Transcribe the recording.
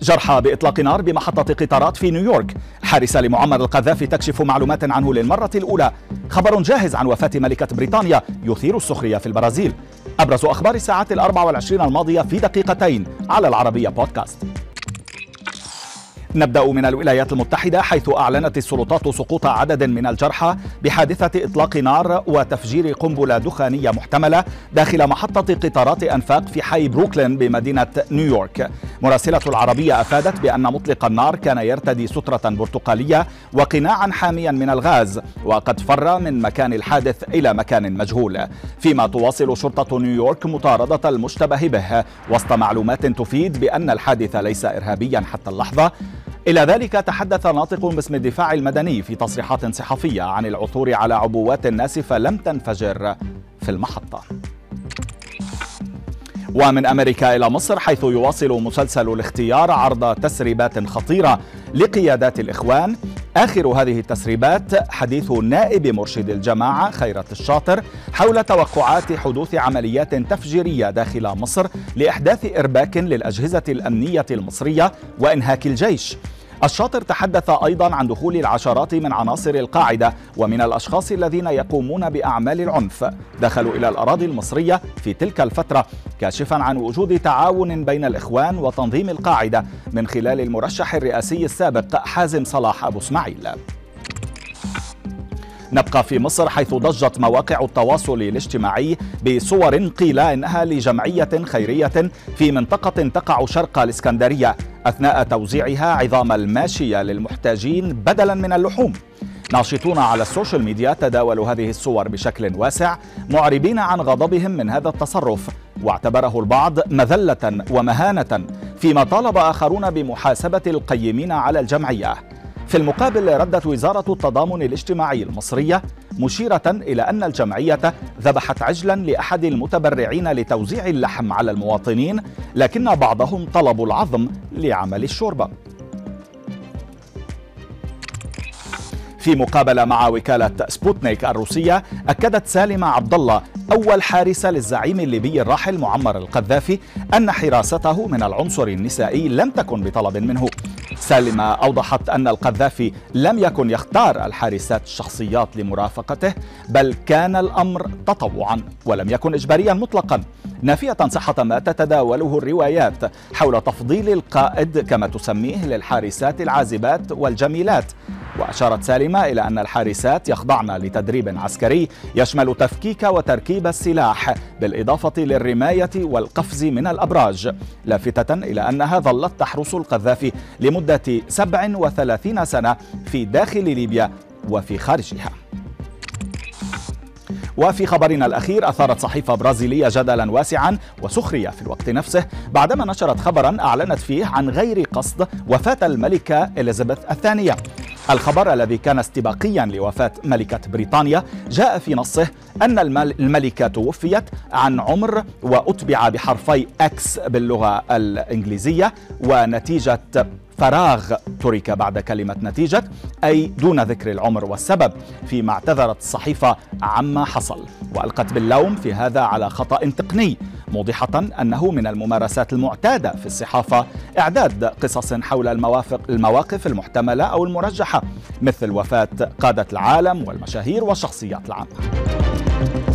جرحى بإطلاق نار بمحطة قطارات في نيويورك. حارسة لمعمر القذافي تكشف معلومات عنه للمرة الأولى. خبر جاهز عن وفاة ملكة بريطانيا يثير السخرية في البرازيل. أبرز أخبار الساعات 24 الماضية في دقيقتين على العربية بودكاست. نبدأ من الولايات المتحدة، حيث أعلنت السلطات سقوط عدد من الجرحى بحادثة إطلاق نار وتفجير قنبلة دخانية محتملة داخل محطة قطارات أنفاق في حي بروكلين بمدينة نيويورك. مراسلة العربية أفادت بأن مطلق النار كان يرتدي سترة برتقالية وقناعا حاميا من الغاز، وقد فر من مكان الحادث إلى مكان مجهول، فيما تواصل شرطة نيويورك مطاردة المشتبه به وسط معلومات تفيد بأن الحادث ليس إرهابيا حتى اللحظة. إلى ذلك تحدث ناطق باسم الدفاع المدني في تصريحات صحفية عن العثور على عبوات ناسفة لم تنفجر في المحطة. ومن أمريكا إلى مصر، حيث يواصل مسلسل الاختيار عرض تسريبات خطيرة لقيادات الإخوان. آخر هذه التسريبات حديث نائب مرشد الجماعة خيرت الشاطر حول توقعات حدوث عمليات تفجيرية داخل مصر لإحداث إرباك للأجهزة الأمنية المصرية وإنهاك الجيش. الشاطر تحدث أيضا عن دخول العشرات من عناصر القاعدة ومن الأشخاص الذين يقومون بأعمال العنف دخلوا إلى الأراضي المصرية في تلك الفترة، كاشفا عن وجود تعاون بين الإخوان وتنظيم القاعدة من خلال المرشح الرئاسي السابق حازم صلاح أبو اسماعيل. نبقى في مصر، حيث ضجت مواقع التواصل الاجتماعي بصور قيل إنها لجمعية خيرية في منطقة تقع شرق الإسكندرية أثناء توزيعها عظام الماشية للمحتاجين بدلا من اللحوم. ناشطون على السوشيال ميديا تداولوا هذه الصور بشكل واسع، معربين عن غضبهم من هذا التصرف، واعتبره البعض مذلة ومهانة، فيما طالب آخرون بمحاسبة القيمين على الجمعية. في المقابل ردت وزارة التضامن الاجتماعي المصرية مشيرة إلى أن الجمعية ذبحت عجلا لأحد المتبرعين لتوزيع اللحم على المواطنين، لكن بعضهم طلبوا العظم لعمل الشوربة. في مقابلة مع وكالة سبوتنيك الروسية، أكدت سالمة عبد الله أول حارسة للزعيم الليبي الراحل معمر القذافي أن حراسته من العنصر النسائي لم تكن بطلب منه. سالمة أوضحت أن القذافي لم يكن يختار الحارسات الشخصيات لمرافقته، بل كان الأمر تطوعا ولم يكن إجباريا مطلقا، نافية صحة ما تتداوله الروايات حول تفضيل القائد كما تسميه للحارسات العازبات والجميلات. وأشارت سالمة إلى أن الحارسات يخضعن لتدريب عسكري يشمل تفكيك وتركيب السلاح بالإضافة للرماية والقفز من الأبراج، لافتة إلى أنها ظلت تحرس القذافي لمدة 37 سنة في داخل ليبيا وفي خارجها. وفي خبرنا الأخير، أثارت صحيفة برازيلية جدلا واسعا وسخرية في الوقت نفسه بعدما نشرت خبرا أعلنت فيه عن غير قصد وفاة الملكة إليزابيث الثانية. الخبر الذي كان استباقيا لوفاة ملكة بريطانيا جاء في نصه أن الملكة توفيت عن عمر وأتبع بحرفي X باللغة الإنجليزية، ونتيجة فراغ ترك بعد كلمة نتيجة، أي دون ذكر العمر والسبب، فيما اعتذرت الصحيفة عما حصل وألقت باللوم في هذا على خطأ تقني، موضحة أنه من الممارسات المعتادة في الصحافة إعداد قصص حول المواقف المحتملة أو المرجحة، مثل وفاة قادة العالم والمشاهير والشخصيات العامة.